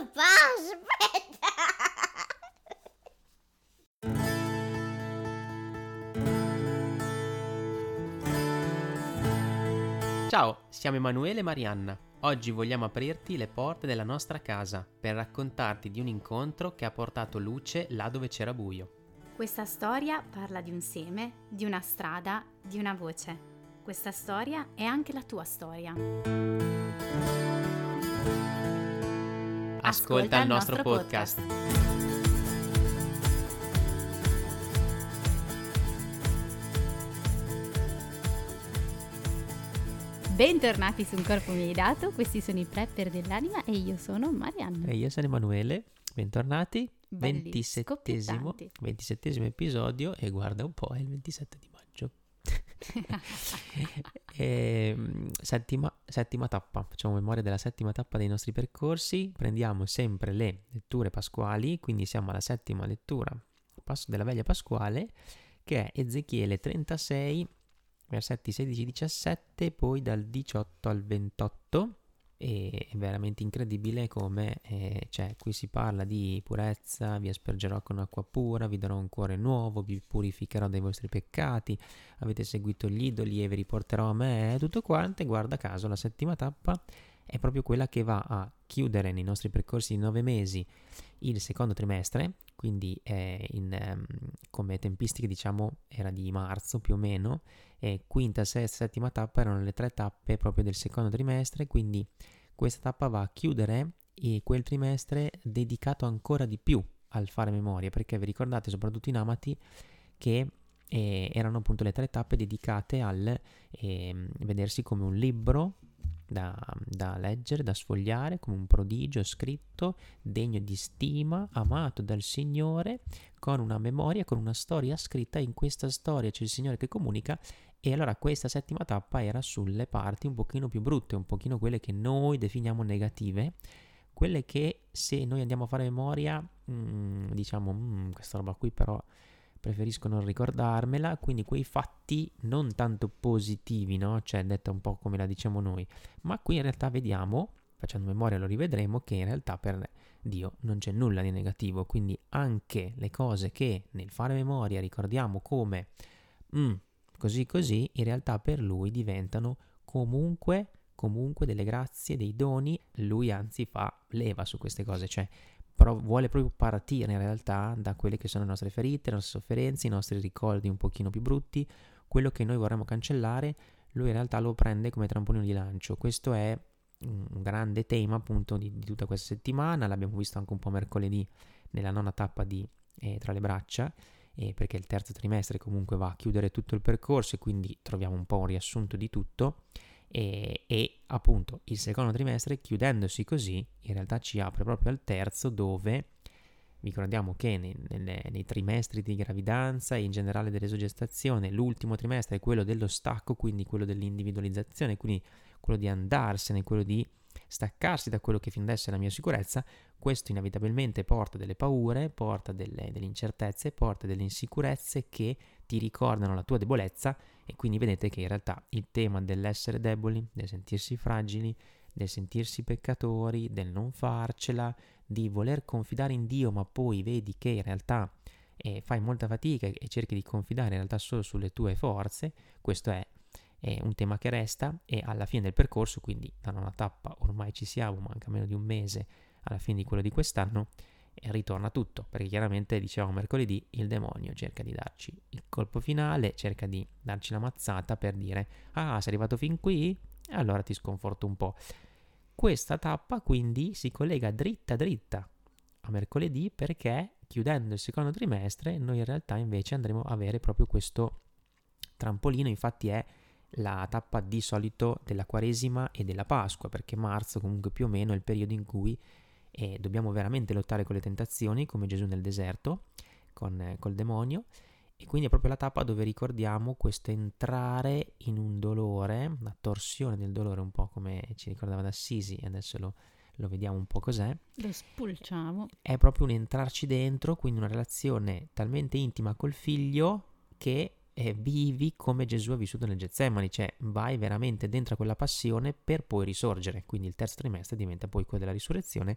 Papà, aspetta! Ciao, siamo Emanuele e Marianna. Oggi vogliamo aprirti le porte della nostra casa per raccontarti di un incontro che ha portato luce là dove c'era buio. Questa storia parla di un seme, di una strada, di una voce. Questa storia è anche la tua storia. Ascolta il nostro podcast. Bentornati su Un Corpo Mi Hai Dato, questi sono i Prepper dell'Anima e io sono Marianna. E io sono Emanuele, bentornati. Belli, 27esimo episodio e guarda un po', è il 27 di maggio. Settima tappa, facciamo memoria della settima tappa dei nostri percorsi. Prendiamo sempre le letture pasquali, quindi siamo alla settima lettura della veglia pasquale, che è Ezechiele 36, versetti 16-17, poi dal 18 al 28. E è veramente incredibile come qui si parla di purezza, vi aspergerò con acqua pura, vi darò un cuore nuovo, vi purificherò dai vostri peccati, avete seguito gli idoli e vi riporterò a me, tutto quanto. E guarda caso la settima tappa è proprio quella che va a chiudere nei nostri percorsi di 9 mesi il secondo trimestre, quindi come tempistiche diciamo era di marzo più o meno, e quinta, sesta, settima tappa erano le 3 tappe proprio del secondo trimestre, quindi questa tappa va a chiudere quel trimestre dedicato ancora di più al fare memoria, perché vi ricordate soprattutto in Amati che erano appunto le 3 tappe dedicate al vedersi come un libro da leggere, da sfogliare, come un prodigio scritto, degno di stima, amato dal Signore, con una memoria, con una storia scritta. In questa storia c'è il Signore che comunica. E allora questa settima tappa era sulle parti un pochino più brutte, un pochino quelle che noi definiamo negative, quelle che se noi andiamo a fare memoria diciamo questa roba qui però preferisco non ricordarmela, quindi quei fatti non tanto positivi, no? Cioè detta un po' come la diciamo noi, ma qui in realtà vediamo, facendo memoria lo rivedremo, che in realtà per Dio non c'è nulla di negativo, quindi anche le cose che nel fare memoria ricordiamo come così, in realtà per Lui diventano comunque delle grazie, dei doni. Lui anzi fa leva su queste cose, cioè vuole proprio partire in realtà da quelle che sono le nostre ferite, le nostre sofferenze, i nostri ricordi un pochino più brutti, quello che noi vorremmo cancellare. Lui in realtà lo prende come trampolino di lancio. Questo è un grande tema appunto di tutta questa settimana, l'abbiamo visto anche un po' mercoledì nella nona tappa di Tra le braccia, perché il terzo trimestre comunque va a chiudere tutto il percorso e quindi troviamo un po' un riassunto di tutto. E appunto il secondo trimestre, chiudendosi così, in realtà ci apre proprio al terzo, dove vi ricordiamo che nei trimestri di gravidanza e in generale dell'esogestazione, l'ultimo trimestre è quello dello stacco, quindi quello dell'individualizzazione, quindi quello di andarsene, quello di staccarsi da quello che fin adesso è la mia sicurezza. Questo inevitabilmente porta delle paure, porta delle incertezze, porta delle insicurezze che ti ricordano la tua debolezza. E quindi vedete che in realtà il tema dell'essere deboli, del sentirsi fragili, del sentirsi peccatori, del non farcela, di voler confidare in Dio ma poi vedi che in realtà fai molta fatica e cerchi di confidare in realtà solo sulle tue forze, questo è un tema che resta. E alla fine del percorso, quindi da una tappa ormai ci siamo, manca meno di un mese alla fine di quello di quest'anno, e ritorna tutto, perché chiaramente dicevamo mercoledì il demonio cerca di darci il colpo finale, cerca di darci la mazzata per dire sei arrivato fin qui, e allora ti sconforto un po'. Questa tappa quindi si collega dritta a mercoledì, perché chiudendo il secondo trimestre noi in realtà invece andremo a avere proprio questo trampolino. Infatti è la tappa di solito della Quaresima e della Pasqua, perché marzo comunque più o meno è il periodo in cui dobbiamo veramente lottare con le tentazioni, come Gesù nel deserto col demonio, e quindi è proprio la tappa dove ricordiamo questo entrare in un dolore, una torsione del dolore, un po' come ci ricordava d'Assisi, e adesso lo vediamo un po' cos'è. Lo spulciamo. È proprio un entrarci dentro, quindi una relazione talmente intima col figlio che vivi come Gesù ha vissuto nel Getsemani, cioè vai veramente dentro a quella passione per poi risorgere. Quindi il terzo trimestre diventa poi quello della risurrezione,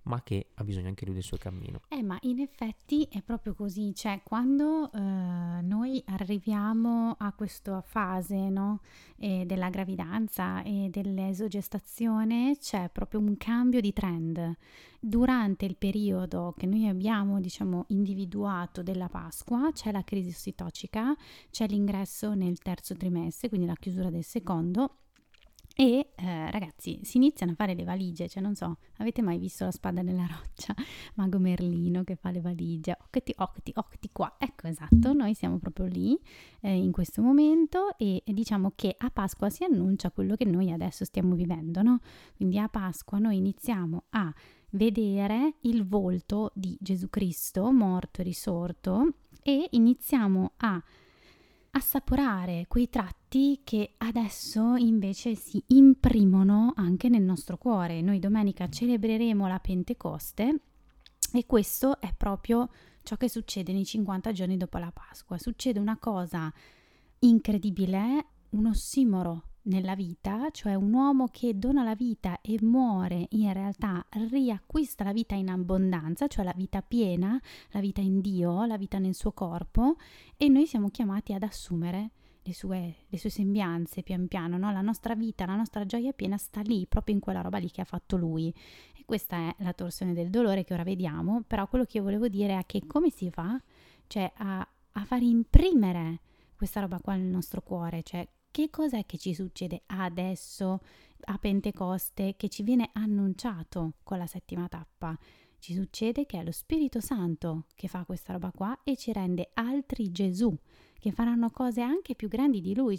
ma che ha bisogno anche lui del suo cammino. Ma in effetti è proprio così, cioè quando noi arriviamo a questa fase, no, della gravidanza e dell'esogestazione, c'è proprio un cambio di trend. Durante il periodo che noi abbiamo, diciamo, individuato della Pasqua, c'è la crisi ossitocica, c'è l'ingresso nel terzo trimestre, quindi la chiusura del secondo. E ragazzi, si iniziano a fare le valigie, cioè non so, avete mai visto La spada nella roccia? Mago Merlino che fa le valigie, occhi qua, ecco, esatto, noi siamo proprio lì in questo momento e diciamo che a Pasqua si annuncia quello che noi adesso stiamo vivendo, no? Quindi a Pasqua noi iniziamo a vedere il volto di Gesù Cristo morto e risorto e iniziamo a assaporare quei tratti che adesso invece si imprimono anche nel nostro cuore. Noi domenica celebreremo la Pentecoste e questo è proprio ciò che succede nei 50 giorni dopo la Pasqua. Succede una cosa incredibile, un ossimoro nella vita, cioè un uomo che dona la vita e muore, in realtà riacquista la vita in abbondanza, cioè la vita piena, la vita in Dio, la vita nel suo corpo, e noi siamo chiamati ad assumere le sue sembianze pian piano, no? La nostra vita, la nostra gioia piena sta lì, proprio in quella roba lì che ha fatto lui. E questa è la torsione del dolore che ora vediamo, però quello che io volevo dire è che come si fa? Cioè a far imprimere questa roba qua nel nostro cuore, cioè che cos'è che ci succede adesso a Pentecoste che ci viene annunciato con la settima tappa? Ci succede che è lo Spirito Santo che fa questa roba qua e ci rende altri Gesù, che faranno cose anche più grandi di lui,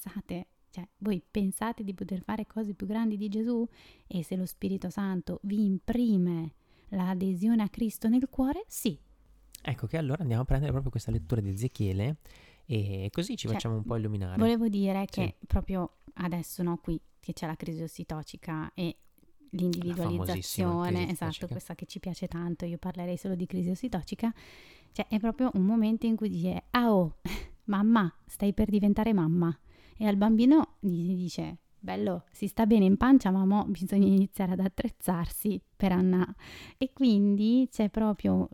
voi pensate di poter fare cose più grandi di Gesù? E se lo Spirito Santo vi imprime l'adesione a Cristo nel cuore, sì. Ecco che allora andiamo a prendere proprio questa lettura di Ezechiele e così ci facciamo un po' illuminare. Volevo dire che proprio adesso, no, qui che c'è la crisi ossitocica e l'individualizzazione, esatto, questa che ci piace tanto, io parlerei solo di crisi ossitocica, cioè è proprio un momento in cui dice, mamma, stai per diventare mamma, e al bambino gli dice, bello, si sta bene in pancia, ma mo bisogna iniziare ad attrezzarsi per Anna. E quindi c'è proprio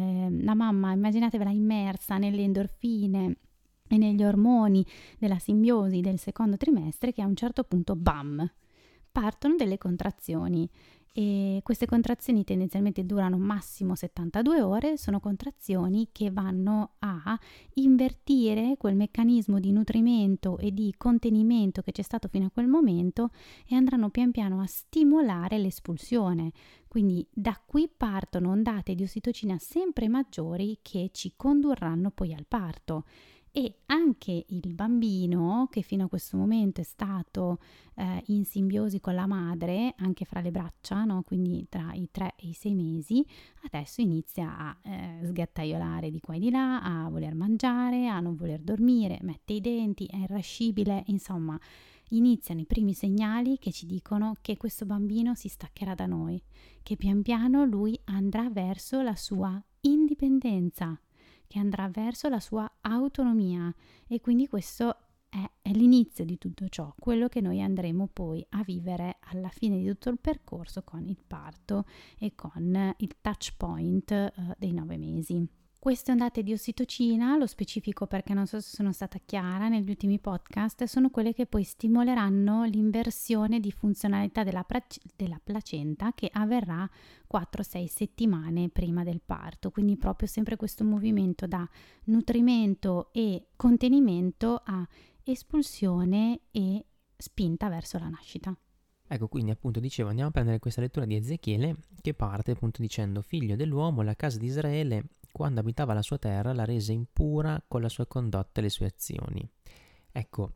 la mamma, immaginatevela immersa nelle endorfine e negli ormoni della simbiosi del secondo trimestre, che a un certo punto, bam, partono delle contrazioni. E queste contrazioni tendenzialmente durano massimo 72 ore, sono contrazioni che vanno a invertire quel meccanismo di nutrimento e di contenimento che c'è stato fino a quel momento e andranno pian piano a stimolare l'espulsione. Quindi da qui partono ondate di ossitocina sempre maggiori che ci condurranno poi al parto. E anche il bambino, che fino a questo momento è stato in simbiosi con la madre, anche fra le braccia, no? Quindi tra i 3 e i 6 mesi, adesso inizia a sgattaiolare di qua e di là, a voler mangiare, a non voler dormire, mette i denti, è irascibile, insomma, iniziano i primi segnali che ci dicono che questo bambino si staccherà da noi, che pian piano lui andrà verso la sua indipendenza, che andrà verso la sua autonomia, e quindi questo è l'inizio di tutto ciò, quello che noi andremo poi a vivere alla fine di tutto il percorso con il parto e con il touch point dei 9 mesi. Queste ondate di ossitocina, lo specifico perché non so se sono stata chiara negli ultimi podcast, sono quelle che poi stimoleranno l'inversione di funzionalità della placenta, che avverrà 4-6 settimane prima del parto. Quindi proprio sempre questo movimento da nutrimento e contenimento a espulsione e spinta verso la nascita. Ecco, quindi appunto dicevo, andiamo a prendere questa lettura di Ezechiele che parte appunto dicendo: figlio dell'uomo, la casa di Israele, quando abitava la sua terra, la rese impura con la sua condotta e le sue azioni. Ecco,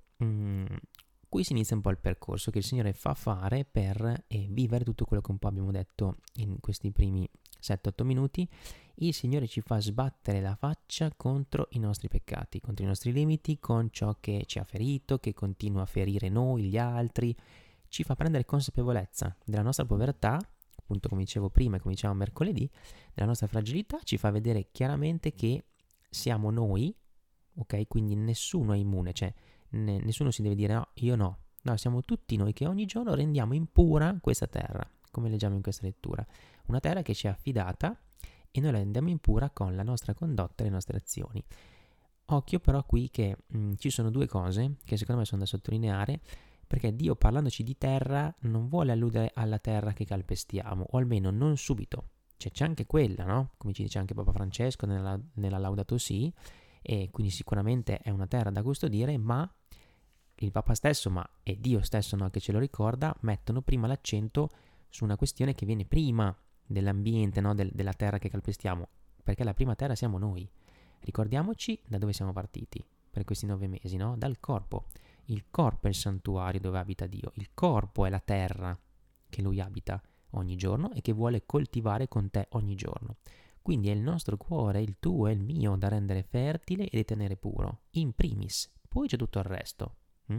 qui si inizia un po' il percorso che il Signore fa fare per vivere tutto quello che un po' abbiamo detto in questi primi 7-8 minuti. Il Signore ci fa sbattere la faccia contro i nostri peccati, contro i nostri limiti, con ciò che ci ha ferito, che continua a ferire noi, gli altri. Ci fa prendere consapevolezza della nostra povertà, appunto come dicevo prima e come dicevamo mercoledì, della nostra fragilità, ci fa vedere chiaramente che siamo noi, ok? Quindi nessuno è immune, cioè nessuno si deve dire no, io no. No, siamo tutti noi che ogni giorno rendiamo impura questa terra, come leggiamo in questa lettura. una terra che ci è affidata e noi la rendiamo impura con la nostra condotta e le nostre azioni. Occhio però qui che ci sono due cose che secondo me sono da sottolineare, perché Dio, parlandoci di terra, non vuole alludere alla terra che calpestiamo, o almeno non subito. Cioè c'è anche quella, no? Come ci dice anche Papa Francesco nella Laudato Si, e quindi sicuramente è una terra da custodire, ma il Papa stesso, ma è Dio stesso, no, che ce lo ricorda, mettono prima l'accento su una questione che viene prima dell'ambiente, no, della terra che calpestiamo, perché la prima terra siamo noi. Ricordiamoci da dove siamo partiti per questi 9 mesi, no? Dal corpo. Il corpo è il santuario dove abita Dio, il corpo è la terra che Lui abita ogni giorno e che vuole coltivare con te ogni giorno. Quindi è il nostro cuore, il tuo e il mio, da rendere fertile e da tenere puro, in primis, poi c'è tutto il resto.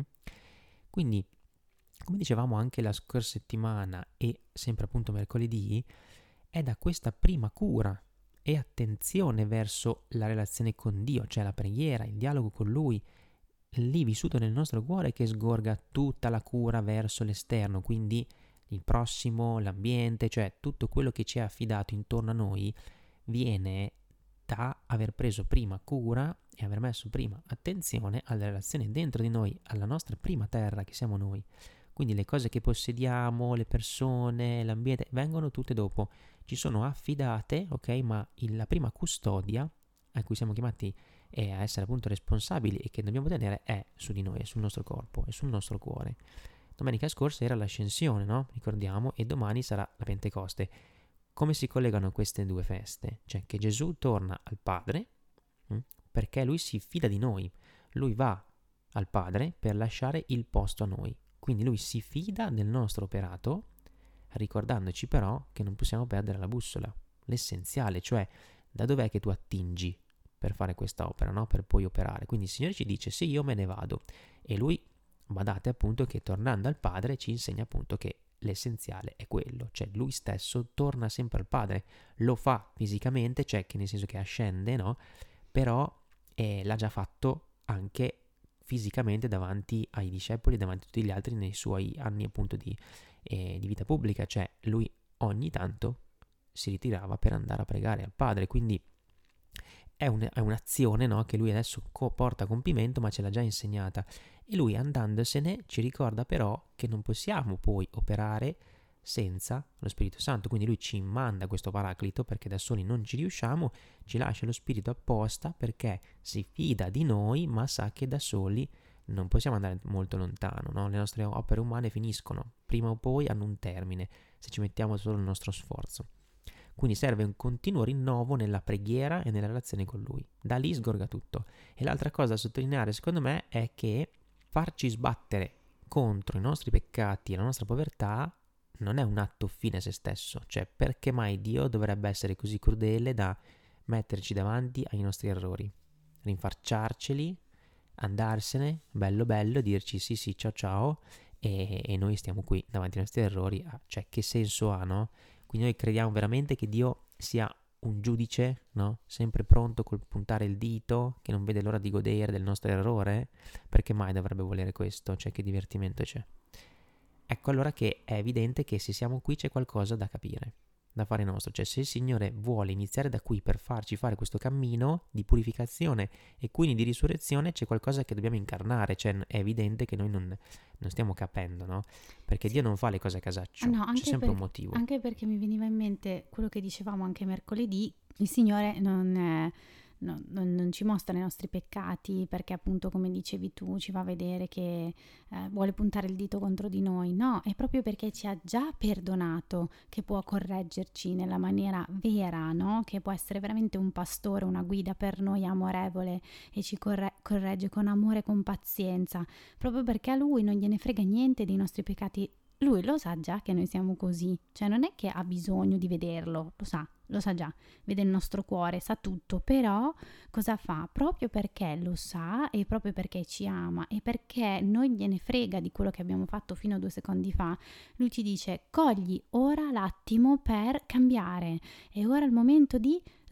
Quindi, come dicevamo anche la scorsa settimana e sempre appunto mercoledì, è da questa prima cura e attenzione verso la relazione con Dio, cioè la preghiera, il dialogo con Lui, lì vissuto nel nostro cuore, che sgorga tutta la cura verso l'esterno, quindi il prossimo, l'ambiente, cioè tutto quello che ci è affidato intorno a noi viene da aver preso prima cura e aver messo prima attenzione alle relazioni dentro di noi, alla nostra prima terra che siamo noi. Quindi le cose che possediamo, le persone, l'ambiente, vengono tutte dopo. Ci sono affidate, ok? Ma la prima custodia a cui siamo chiamati a essere appunto responsabili e che dobbiamo tenere è su di noi, è sul nostro corpo, è sul nostro cuore. Domenica scorsa era l'ascensione, no? Ricordiamo, e domani sarà la Pentecoste. Come si collegano queste due feste? Cioè che Gesù torna al Padre perché Lui si fida di noi. Lui va al Padre per lasciare il posto a noi. Quindi Lui si fida del nostro operato, ricordandoci però che non possiamo perdere la bussola, l'essenziale, cioè da dov'è che tu attingi per fare questa opera, no? Per poi operare. Quindi il Signore ci dice sì, io me ne vado, e Lui, badate appunto che tornando al Padre ci insegna appunto che l'essenziale è quello, cioè Lui stesso torna sempre al Padre, lo fa fisicamente, cioè che nel senso che ascende, no? Però l'ha già fatto anche fisicamente davanti ai discepoli, davanti a tutti gli altri nei suoi anni appunto di vita pubblica, cioè Lui ogni tanto si ritirava per andare a pregare al Padre, quindi è un'azione, no, che Lui adesso porta a compimento, ma ce l'ha già insegnata, e Lui andandosene ci ricorda però che non possiamo poi operare senza lo Spirito Santo, quindi Lui ci manda questo Paraclito perché da soli non ci riusciamo, ci lascia lo Spirito apposta perché si fida di noi, ma sa che da soli non possiamo andare molto lontano, no? Le nostre opere umane finiscono, prima o poi hanno un termine, se ci mettiamo solo il nostro sforzo. Quindi serve un continuo rinnovo nella preghiera e nella relazione con Lui. Da lì sgorga tutto. E l'altra cosa da sottolineare, secondo me, è che farci sbattere contro i nostri peccati e la nostra povertà non è un atto fine a se stesso. Cioè, perché mai Dio dovrebbe essere così crudele da metterci davanti ai nostri errori, rinfacciarceli, andarsene, bello bello, dirci sì sì ciao ciao, e noi stiamo qui davanti ai nostri errori. Cioè, che senso ha, no? Quindi noi crediamo veramente che Dio sia un giudice, no? Sempre pronto col puntare il dito, che non vede l'ora di godere del nostro errore? Perché mai dovrebbe volere questo? Cioè, che divertimento c'è? Ecco allora che è evidente che se siamo qui c'è qualcosa da capire, da fare nostro. Cioè, se il Signore vuole iniziare da qui per farci fare questo cammino di purificazione e quindi di risurrezione, c'è qualcosa che dobbiamo incarnare. Cioè, è evidente che noi non stiamo capendo, no? Perché Dio non fa le cose a casaccio, No, c'è sempre un motivo. Anche perché mi veniva in mente quello che dicevamo anche mercoledì, il Signore non ci mostra i nostri peccati perché appunto, come dicevi tu, ci va a vedere che vuole puntare il dito contro di noi. No, è proprio perché ci ha già perdonato che può correggerci nella maniera vera, no? Che può essere veramente un pastore, una guida per noi amorevole, e ci corregge con amore e con pazienza, proprio perché a Lui non gliene frega niente dei nostri peccati. Lui lo sa già che noi siamo così, cioè non è che ha bisogno di vederlo, lo sa già, vede il nostro cuore, sa tutto, però cosa fa? Proprio perché lo sa e proprio perché ci ama e perché non gliene frega di quello che abbiamo fatto fino a 2 secondi fa, Lui ci dice: cogli ora l'attimo per cambiare, è ora il momento di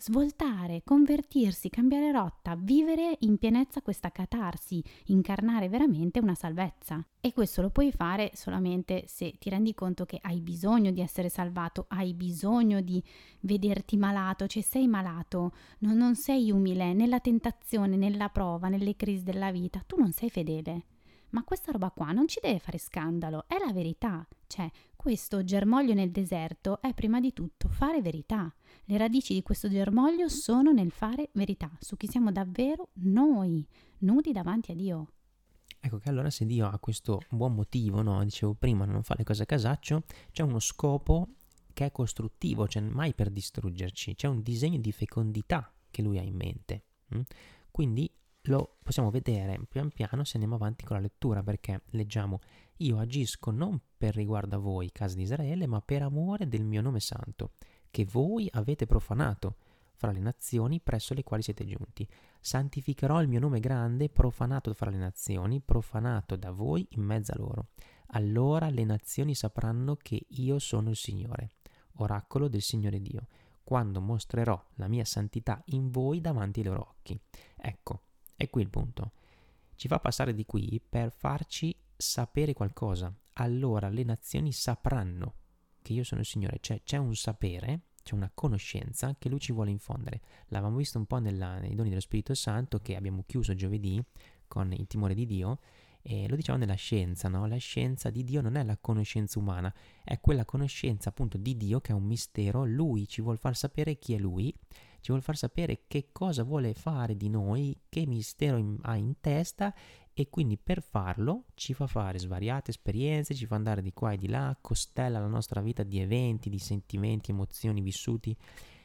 svoltare, convertirsi, cambiare rotta, vivere in pienezza questa catarsi, incarnare veramente una salvezza. E questo lo puoi fare solamente se ti rendi conto che hai bisogno di essere salvato, hai bisogno di vederti malato, cioè sei malato, non sei umile nella tentazione, nella prova, nelle crisi della vita, tu non sei fedele. Ma questa roba qua non ci deve fare scandalo, è la verità. Cioè, questo germoglio nel deserto è prima di tutto fare verità. Le radici di questo germoglio sono nel fare verità, su chi siamo davvero noi, nudi davanti a Dio. Ecco che allora se Dio ha questo buon motivo, no? Dicevo prima, non fa le cose a casaccio, c'è uno scopo che è costruttivo, cioè mai per distruggerci, c'è un disegno di fecondità che Lui ha in mente. Quindi lo possiamo vedere pian piano se andiamo avanti con la lettura, perché leggiamo: io agisco non per riguardo a voi, casa di Israele, ma per amore del mio nome santo, che voi avete profanato fra le nazioni presso le quali siete giunti. Santificherò il mio nome grande, profanato fra le nazioni, profanato da voi in mezzo a loro. Allora le nazioni sapranno che io sono il Signore, oracolo del Signore Dio, quando mostrerò la mia santità in voi davanti ai loro occhi. Ecco, è qui il punto. Ci fa passare di qui per farci sapere qualcosa. Allora le nazioni sapranno che io sono il Signore. Cioè c'è un sapere, c'è una conoscenza che Lui ci vuole infondere. L'avevamo visto un po' nei doni dello Spirito Santo, che abbiamo chiuso giovedì con il timore di Dio, e lo diciamo nella scienza, no? La scienza di Dio non è la conoscenza umana, è quella conoscenza appunto di Dio che è un mistero. Lui ci vuole far sapere chi è Lui, ci vuole far sapere che cosa vuole fare di noi, che mistero ha in testa, e quindi per farlo ci fa fare svariate esperienze, ci fa andare di qua e di là, costella la nostra vita di eventi, di sentimenti, emozioni vissuti,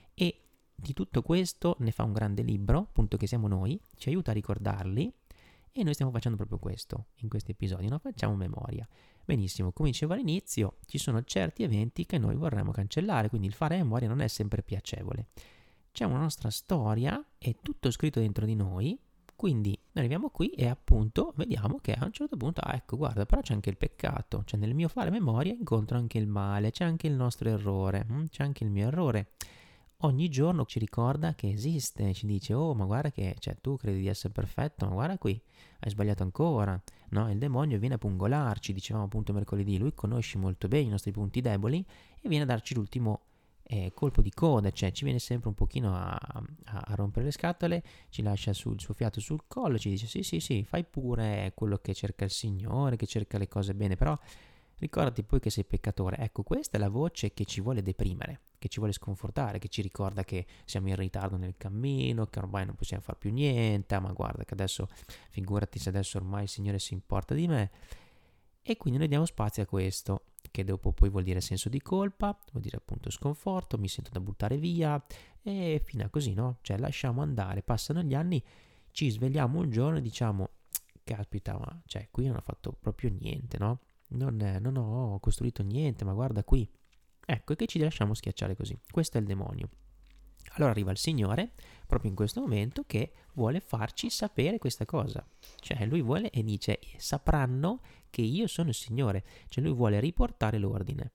e di tutto questo ne fa un grande libro, appunto, che siamo noi, ci aiuta a ricordarli, e noi stiamo facendo proprio questo in questi episodi, no? Facciamo memoria. Benissimo, come dicevo all'inizio, ci sono certi eventi che noi vorremmo cancellare, quindi il fare memoria non è sempre piacevole. C'è una nostra storia, è tutto scritto dentro di noi, quindi noi arriviamo qui e appunto vediamo che a un certo punto, ecco, guarda, però c'è anche il peccato, cioè nel mio fare memoria incontro anche il male, c'è anche il nostro errore, c'è anche il mio errore. Ogni giorno ci ricorda che esiste, ci dice: oh, ma guarda che, cioè, tu credi di essere perfetto, ma guarda qui, hai sbagliato ancora, no? Il demonio viene a pungolarci, dicevamo appunto mercoledì, lui conosce molto bene i nostri punti deboli e viene a darci l'ultimo colpo di coda, cioè ci viene sempre un pochino a rompere le scatole, ci lascia il suo fiato sul collo, ci dice sì, fai pure quello che cerca il Signore, che cerca le cose bene, però ricordati poi che sei peccatore. Ecco, questa è la voce che ci vuole deprimere, che ci vuole sconfortare, che ci ricorda che siamo in ritardo nel cammino, che ormai non possiamo fare più niente, ma guarda che adesso, figurati se adesso ormai il Signore si importa di me. E quindi noi diamo spazio a questo, che dopo poi vuol dire senso di colpa, vuol dire appunto sconforto, mi sento da buttare via, e fino a così, no? Cioè lasciamo andare, passano gli anni, ci svegliamo un giorno e diciamo: caspita, ma cioè qui non ho fatto proprio niente, no? Non ho costruito niente, ma guarda qui. Ecco, e che ci lasciamo schiacciare così. Questo è il demonio. Allora arriva il Signore, proprio in questo momento, che vuole farci sapere questa cosa. Cioè lui vuole e dice: sapranno che io sono il Signore. Cioè lui vuole riportare l'ordine.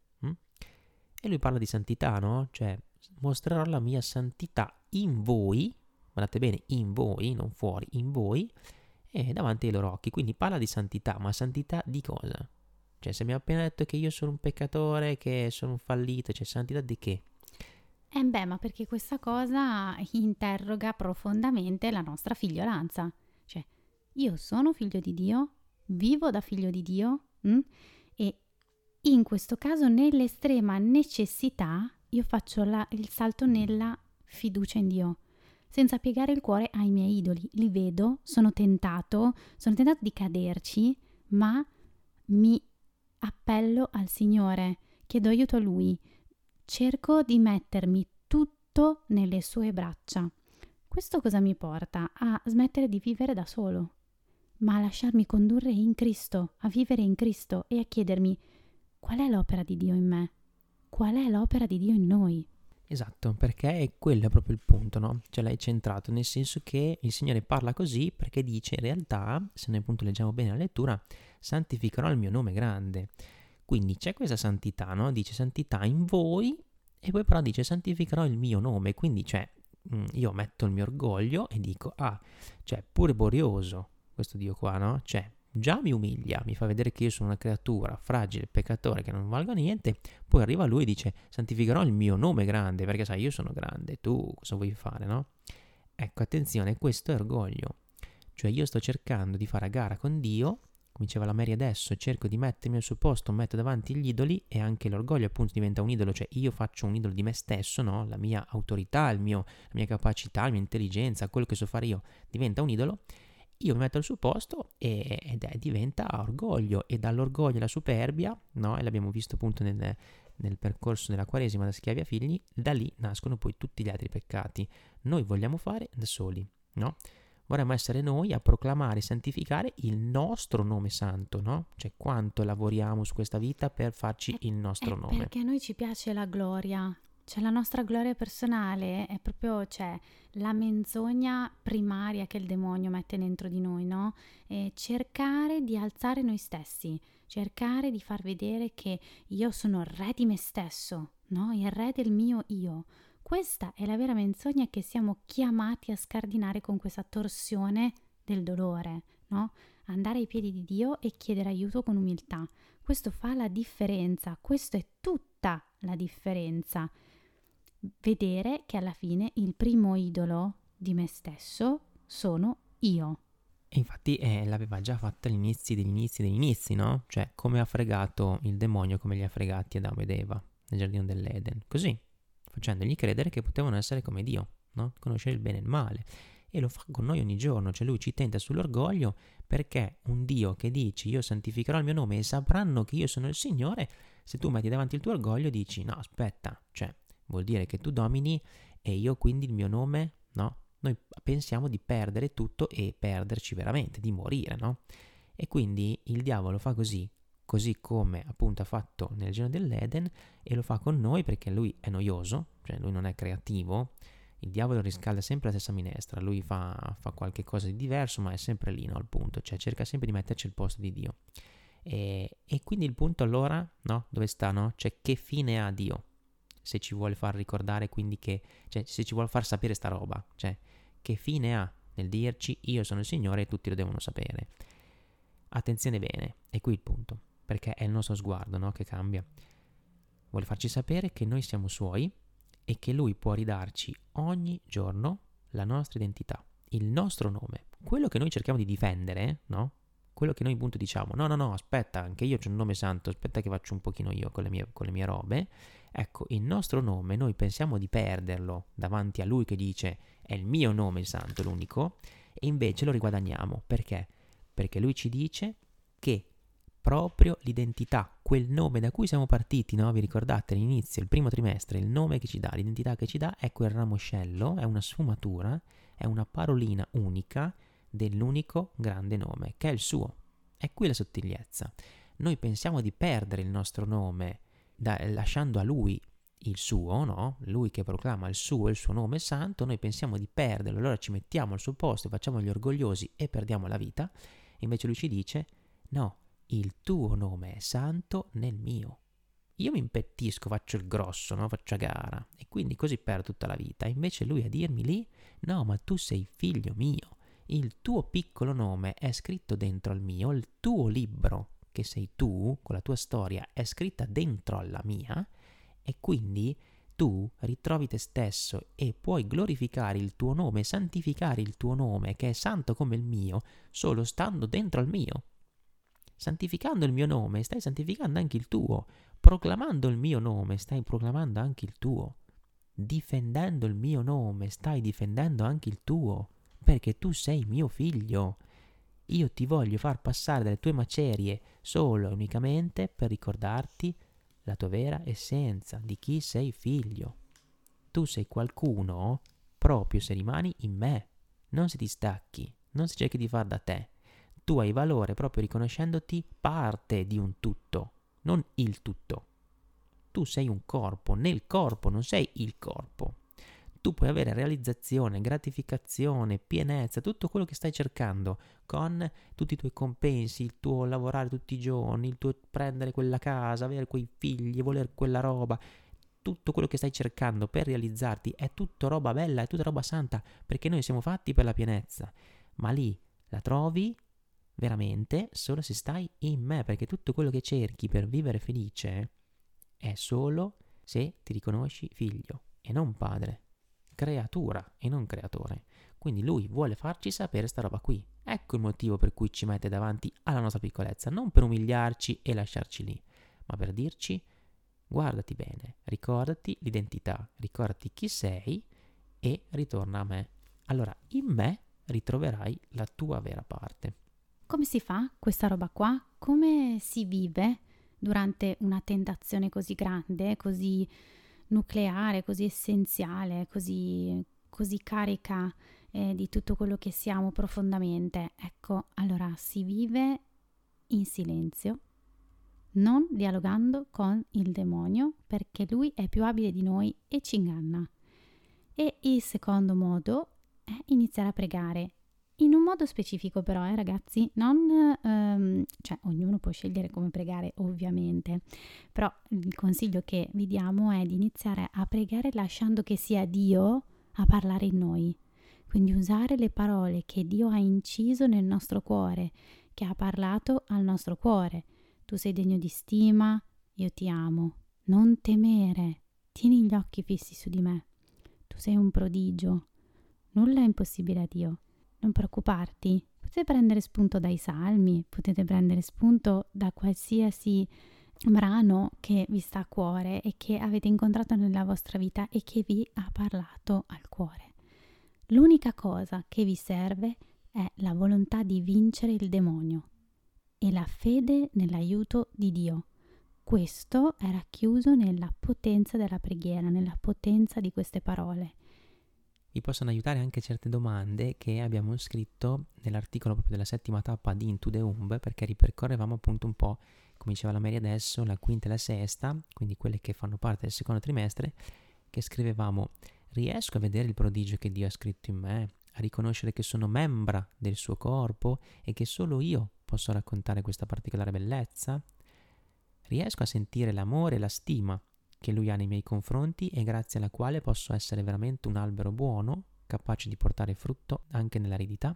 E lui parla di santità, no? Cioè mostrerò la mia santità in voi, guardate bene, in voi, non fuori, in voi, e davanti ai loro occhi. Quindi parla di santità, ma santità di cosa? Cioè se mi ha appena detto che io sono un peccatore, che sono un fallito, cioè santità di che? Ma perché questa cosa interroga profondamente la nostra figliolanza. Cioè, io sono figlio di Dio, vivo da figlio di Dio, e in questo caso, nell'estrema necessità, io faccio il salto nella fiducia in Dio, senza piegare il cuore ai miei idoli. Li vedo, sono tentato di caderci, ma mi appello al Signore, chiedo aiuto a Lui, cerco di mettermi tutto nelle sue braccia. Questo cosa mi porta? A smettere di vivere da solo, ma a lasciarmi condurre in Cristo, a vivere in Cristo e a chiedermi: qual è l'opera di Dio in me? Qual è l'opera di Dio in noi? Esatto, perché è quello proprio il punto, no? Cioè l'hai centrato, nel senso che il Signore parla così perché dice: in realtà, se noi appunto leggiamo bene la lettura, santificherò il mio nome grande. Quindi c'è questa santità, no? Dice santità in voi, e poi però dice santificherò il mio nome. Quindi, cioè, io metto il mio orgoglio e dico, cioè pure Borioso, questo Dio qua, no? Cioè, già mi umilia, mi fa vedere che io sono una creatura fragile, peccatore, che non valgo niente, poi arriva lui e dice, santificherò il mio nome grande, perché sai, io sono grande, tu cosa vuoi fare, no? Ecco, attenzione, questo è orgoglio. Cioè io sto cercando di fare a gara con Dio, come diceva la Mary adesso, cerco di mettermi al suo posto, metto davanti gli idoli e anche l'orgoglio appunto diventa un idolo, cioè io faccio un idolo di me stesso, no? La mia autorità, la mia capacità, la mia intelligenza, quello che so fare io diventa un idolo, io mi metto al suo posto diventa orgoglio e dall'orgoglio alla superbia, no? E l'abbiamo visto appunto nel percorso della Quaresima da schiavi a figli, da lì nascono poi tutti gli altri peccati. Noi vogliamo fare da soli, no? Vorremmo essere noi a proclamare e santificare il nostro nome santo, no? Cioè quanto lavoriamo su questa vita per farci il nostro nome. Perché a noi ci piace la gloria, cioè la nostra gloria personale è proprio, cioè, la menzogna primaria che il demonio mette dentro di noi, no? E cercare di alzare noi stessi, cercare di far vedere che io sono il re di me stesso, no? Il re del mio io. Questa è la vera menzogna che siamo chiamati a scardinare con questa torsione del dolore, no? Andare ai piedi di Dio e chiedere aiuto con umiltà. Questo fa la differenza, questo è tutta la differenza. Vedere che alla fine il primo idolo di me stesso sono io. E infatti l'aveva già fatta all'inizio degli inizi, no? Cioè come ha fregato il demonio, come li ha fregati Adamo ed Eva nel giardino dell'Eden. Così, facendogli credere che potevano essere come Dio, no? Conoscere il bene e il male. E lo fa con noi ogni giorno, cioè lui ci tenta sull'orgoglio perché un Dio che dice io santificherò il mio nome e sapranno che io sono il Signore, se tu metti davanti il tuo orgoglio dici no aspetta, cioè vuol dire che tu domini e io quindi il mio nome, no? Noi pensiamo di perdere tutto e perderci veramente, di morire, no? E quindi il diavolo fa così come appunto ha fatto nel giardino dell'Eden e lo fa con noi perché lui è noioso, cioè lui non è creativo. Il diavolo riscalda sempre la stessa minestra, lui fa qualche cosa di diverso ma è sempre lì, no? Al punto, cioè cerca sempre di metterci al posto di Dio. E quindi il punto allora, no? Dove sta, no? Cioè che fine ha Dio? Se ci vuole far ricordare quindi che, cioè se ci vuole far sapere sta roba, cioè che fine ha nel dirci io sono il Signore e tutti lo devono sapere. Attenzione bene, è qui il punto, perché è il nostro sguardo, no? Che cambia. Vuole farci sapere che noi siamo suoi e che lui può ridarci ogni giorno la nostra identità, il nostro nome, quello che noi cerchiamo di difendere, no? Quello che noi appunto diciamo, no, aspetta, anche io c'ho un nome santo, aspetta che faccio un pochino io con le mie robe. Ecco, il nostro nome noi pensiamo di perderlo davanti a lui che dice è il mio nome il santo, l'unico, e invece lo riguadagniamo. Perché? Perché lui ci dice che proprio l'identità, quel nome da cui siamo partiti, no? Vi ricordate all'inizio, il primo trimestre, il nome che ci dà, l'identità che ci dà è quel ramoscello, è una sfumatura, è una parolina unica dell'unico grande nome, che è il suo. È qui la sottigliezza. Noi pensiamo di perdere il nostro nome lasciando a lui il suo, no? Lui che proclama il suo nome santo, noi pensiamo di perderlo, allora ci mettiamo al suo posto, facciamo gli orgogliosi e perdiamo la vita. Invece lui ci dice, no, il tuo nome è santo nel mio. Io mi impettisco, faccio il grosso, no? Faccio a gara e quindi così perdo tutta la vita. Invece lui a dirmi lì, no, ma tu sei figlio mio. Il tuo piccolo nome è scritto dentro al mio, il tuo libro, che sei tu, con la tua storia, è scritta dentro alla mia, e quindi tu ritrovi te stesso e puoi glorificare il tuo nome, santificare il tuo nome, che è santo come il mio, solo stando dentro al mio. Santificando il mio nome, stai santificando anche il tuo. Proclamando il mio nome, stai proclamando anche il tuo. Difendendo il mio nome, stai difendendo anche il tuo. Perché tu sei mio figlio. Io ti voglio far passare dalle tue macerie solo e unicamente per ricordarti la tua vera essenza di chi sei figlio. Tu sei qualcuno proprio se rimani in me, non se ti stacchi, non se cerchi di far da te. Tu hai valore proprio riconoscendoti parte di un tutto, non il tutto. Tu sei un corpo, nel corpo non sei il corpo. Tu puoi avere realizzazione, gratificazione, pienezza, tutto quello che stai cercando con tutti i tuoi compensi, il tuo lavorare tutti i giorni, il tuo prendere quella casa, avere quei figli, voler quella roba. tutto quello che stai cercando per realizzarti è tutta roba bella, è tutta roba santa, perché noi siamo fatti per la pienezza, ma lì la trovi veramente solo se stai in me, perché tutto quello che cerchi per vivere felice è solo se ti riconosci figlio e non padre, creatura e non creatore. Quindi lui vuole farci sapere sta roba qui. Ecco il motivo per cui ci mette davanti alla nostra piccolezza, non per umiliarci e lasciarci lì, ma per dirci: guardati bene, ricordati l'identità, ricordati chi sei e ritorna a me. Allora in me ritroverai la tua vera parte. Come si fa questa roba qua? Come si vive durante una tentazione così grande, così nucleare, così essenziale, così carica di tutto quello che siamo profondamente? Ecco, allora si vive in silenzio, non dialogando con il demonio, perché lui è più abile di noi e ci inganna. E il secondo modo è iniziare a pregare. In un modo specifico però, ragazzi, cioè ognuno può scegliere come pregare ovviamente, però il consiglio che vi diamo è di iniziare a pregare lasciando che sia Dio a parlare in noi, quindi usare le parole che Dio ha inciso nel nostro cuore, che ha parlato al nostro cuore. Tu sei degno di stima, io ti amo, non temere, tieni gli occhi fissi su di me, tu sei un prodigio, nulla è impossibile a Dio. Non preoccuparti, potete prendere spunto dai salmi, potete prendere spunto da qualsiasi brano che vi sta a cuore e che avete incontrato nella vostra vita e che vi ha parlato al cuore. L'unica cosa che vi serve è la volontà di vincere il demonio e la fede nell'aiuto di Dio. Questo è racchiuso nella potenza della preghiera, nella potenza di queste parole. Vi possono aiutare anche certe domande che abbiamo scritto nell'articolo proprio della settima tappa di Into the Womb, perché ripercorrevamo appunto un po', come diceva la Mary adesso, la quinta e la sesta, quindi quelle che fanno parte del secondo trimestre, che scrivevamo: riesco a vedere il prodigio che Dio ha scritto in me, a riconoscere che sono membra del suo corpo e che solo io posso raccontare questa particolare bellezza? Riesco a sentire l'amore e la stima che lui ha nei miei confronti e grazie alla quale posso essere veramente un albero buono, capace di portare frutto anche nell'aridità?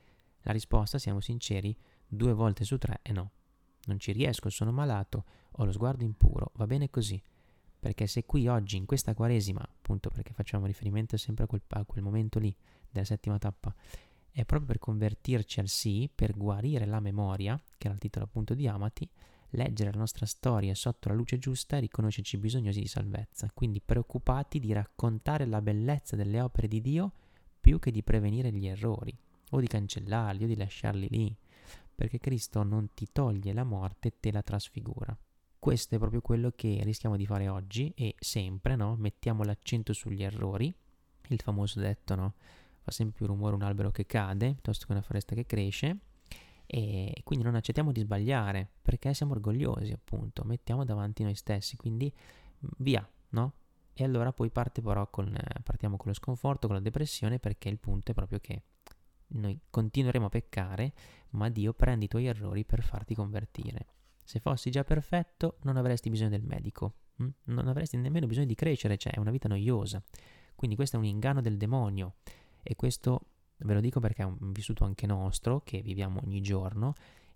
La risposta, siamo sinceri, 2 volte su 3 è no. Non ci riesco, sono malato, ho lo sguardo impuro, va bene così. Perché se qui oggi, in questa Quaresima, appunto perché facciamo riferimento sempre a quel momento lì, della settima tappa, è proprio per convertirci al sì, per guarire la memoria, che era il titolo appunto di Amati, leggere la nostra storia sotto la luce giusta e riconoscerci bisognosi di salvezza, quindi preoccupati di raccontare la bellezza delle opere di Dio più che di prevenire gli errori, o di cancellarli, o di lasciarli lì, perché Cristo non ti toglie la morte, te la trasfigura. Questo è proprio quello che rischiamo di fare oggi e sempre, no? Mettiamo l'accento sugli errori, il famoso detto, no? Fa sempre più rumore un albero che cade, piuttosto che una foresta che cresce. E quindi non accettiamo di sbagliare perché siamo orgogliosi, appunto, mettiamo davanti noi stessi, quindi via, no? E allora poi partiamo con lo sconforto, con la depressione, perché il punto è proprio che noi continueremo a peccare, ma Dio prende i tuoi errori per farti convertire. Se fossi già perfetto non avresti bisogno del medico, non avresti nemmeno bisogno di crescere, cioè è una vita noiosa. Quindi questo è un inganno del demonio e questo ve lo dico perché è un vissuto anche nostro, che viviamo ogni giorno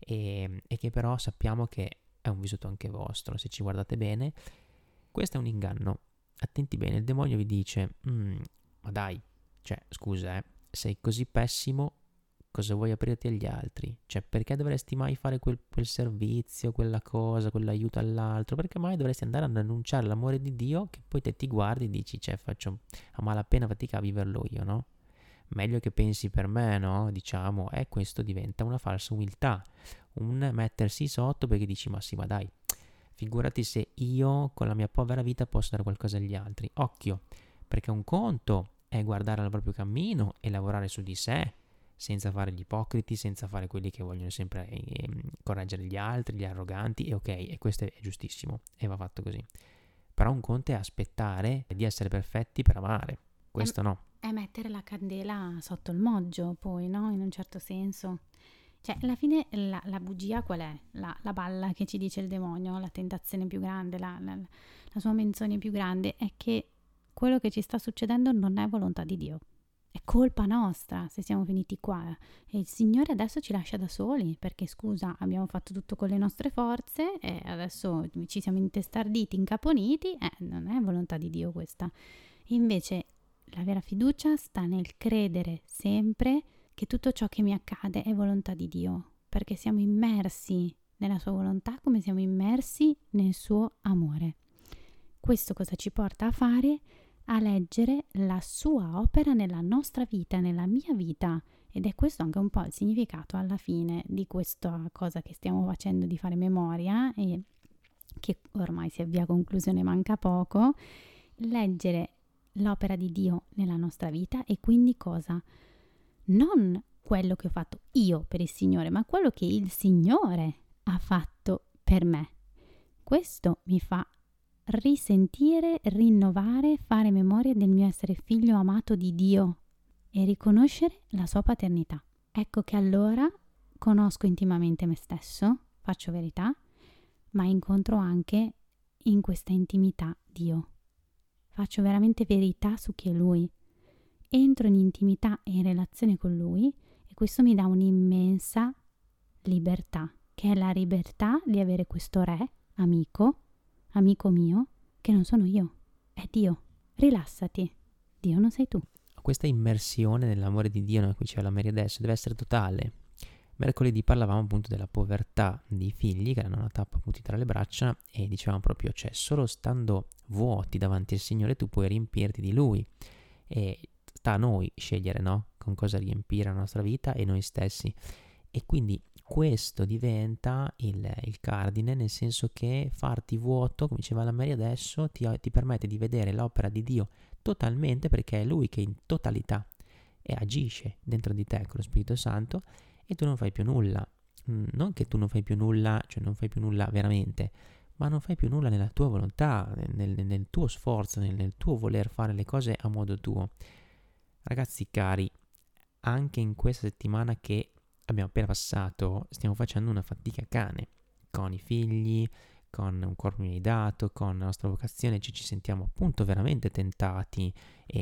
e che però sappiamo che è un vissuto anche vostro. Se ci guardate bene, questo è un inganno. Attenti bene, il demonio vi dice: ma dai, cioè scusa, sei così pessimo, cosa vuoi aprirti agli altri? Cioè perché dovresti mai fare quel servizio, quella cosa, quell'aiuto all'altro? Perché mai dovresti andare ad annunciare l'amore di Dio che poi te ti guardi e dici: cioè faccio a malapena fatica a viverlo io, no? Meglio che pensi per me, no? Diciamo, e questo diventa una falsa umiltà, un mettersi sotto perché dici: ma sì, ma dai, figurati se io con la mia povera vita posso dare qualcosa agli altri. Occhio, perché un conto è guardare al proprio cammino e lavorare su di sé, senza fare gli ipocriti, senza fare quelli che vogliono sempre correggere gli altri, gli arroganti, e ok, e questo è giustissimo, e va fatto così. Però un conto è aspettare di essere perfetti per amare, questo no. È mettere la candela sotto il moggio, poi, no? In un certo senso. Cioè, alla fine la bugia qual è? La balla che ci dice il demonio, la tentazione più grande, La sua menzione più grande è che quello che ci sta succedendo non è volontà di Dio. È colpa nostra se siamo finiti qua e il Signore adesso ci lascia da soli perché scusa, abbiamo fatto tutto con le nostre forze e adesso ci siamo intestarditi, incaponiti, non è volontà di Dio questa. Invece la vera fiducia sta nel credere sempre che tutto ciò che mi accade è volontà di Dio, perché siamo immersi nella sua volontà come siamo immersi nel suo amore. Questo cosa ci porta a fare? A leggere la sua opera nella nostra vita, nella mia vita, ed è questo anche un po' il significato alla fine di questa cosa che stiamo facendo di fare memoria e che ormai si avvia a conclusione, manca poco. Leggere l'opera di Dio nella nostra vita e quindi cosa? Non quello che ho fatto io per il Signore, ma quello che il Signore ha fatto per me. Questo mi fa risentire, rinnovare, fare memoria del mio essere figlio amato di Dio e riconoscere la sua paternità. Ecco che allora conosco intimamente me stesso, faccio verità, ma incontro anche in questa intimità Dio. Faccio veramente verità su chi è Lui. Entro in intimità e in relazione con Lui e questo mi dà un'immensa libertà, che è la libertà di avere questo Re, amico mio, che non sono io, è Dio. Rilassati, Dio non sei tu. Questa immersione nell'amore di Dio, a cui ci la Mary adesso, deve essere totale. Mercoledì parlavamo appunto della povertà dei figli che hanno una tappa appunto tra le braccia e dicevamo proprio, cioè solo stando vuoti davanti al Signore tu puoi riempirti di Lui e sta a noi scegliere, no? Con cosa riempire la nostra vita e noi stessi. E quindi questo diventa il cardine, nel senso che farti vuoto, come diceva la Mary adesso, ti permette di vedere l'opera di Dio totalmente, perché è Lui che in totalità e agisce dentro di te con lo Spirito Santo e tu non fai più nulla. Non che tu non fai più nulla, cioè non fai più nulla veramente, ma non fai più nulla nella tua volontà, nel tuo sforzo, nel tuo voler fare le cose a modo tuo. Ragazzi cari, anche in questa settimana che abbiamo appena passato stiamo facendo una fatica cane con i figli, con un corpo dato, con la nostra vocazione, ci sentiamo appunto veramente tentati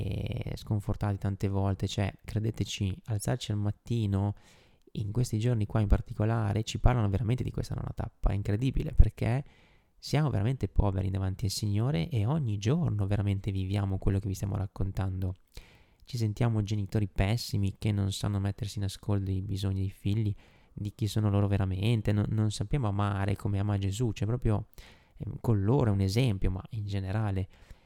e sconfortati tante volte, cioè credeteci, alzarci al mattino in questi giorni qua in particolare ci parlano veramente di questa nona tappa, è incredibile perché siamo veramente poveri davanti al Signore e ogni giorno veramente viviamo quello che vi stiamo raccontando. Ci sentiamo genitori pessimi che non sanno mettersi in ascolto dei bisogni dei figli, di chi sono loro veramente, non sappiamo amare come ama Gesù, cioè proprio con loro è un esempio, ma in generale.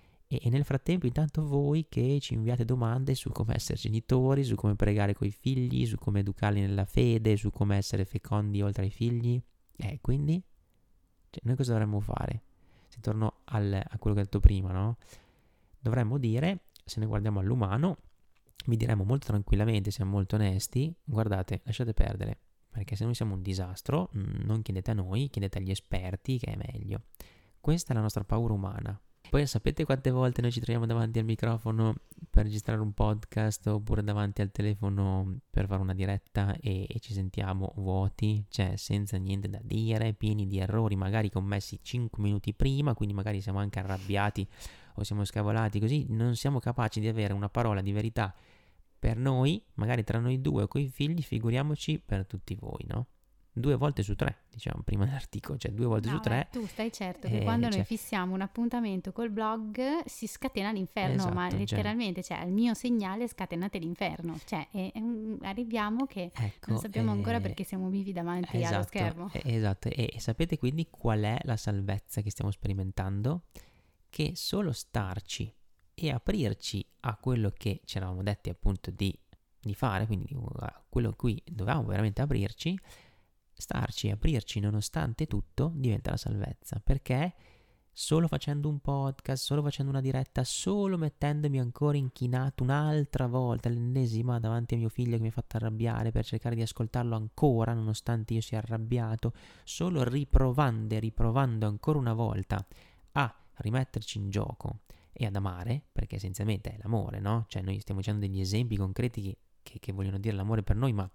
E nel frattempo intanto voi che ci inviate domande su come essere genitori, su come pregare coi figli, su come educarli nella fede, su come essere fecondi oltre ai figli, quindi cioè, noi cosa dovremmo fare? Se torno a quello che ho detto prima, no? Dovremmo dire, se noi guardiamo all'umano, vi diremmo molto tranquillamente, siamo molto onesti, guardate, lasciate perdere, perché se noi siamo un disastro, non chiedete a noi, chiedete agli esperti che è meglio. Questa è la nostra paura umana. Poi sapete quante volte noi ci troviamo davanti al microfono per registrare un podcast oppure davanti al telefono per fare una diretta e ci sentiamo vuoti, cioè senza niente da dire, pieni di errori magari commessi 5 minuti prima, quindi magari siamo anche arrabbiati o siamo scavolati, così non siamo capaci di avere una parola di verità per noi, magari tra noi due o coi figli, figuriamoci per tutti voi, no? 2 volte su 3, diciamo prima dell'articolo, cioè 2 volte su 3. Tu stai certo che quando noi fissiamo un appuntamento col blog si scatena l'inferno, esatto, ma letteralmente, cioè il mio segnale scatenate l'inferno, cioè arriviamo che non sappiamo ancora perché siamo vivi davanti allo schermo. Esatto, e sapete quindi qual è la salvezza che stiamo sperimentando? Che solo starci e aprirci a quello che ci eravamo detti appunto di fare, quindi a quello a cui dovevamo veramente aprirci, starci e aprirci nonostante tutto diventa la salvezza, perché solo facendo un podcast, solo facendo una diretta, solo mettendomi ancora inchinato un'altra volta, l'ennesima, davanti a mio figlio che mi ha fatto arrabbiare per cercare di ascoltarlo ancora nonostante io sia arrabbiato, solo riprovando ancora una volta a rimetterci in gioco e ad amare, perché essenzialmente è l'amore, no? Cioè noi stiamo dicendo degli esempi concreti che vogliono dire l'amore per noi, ma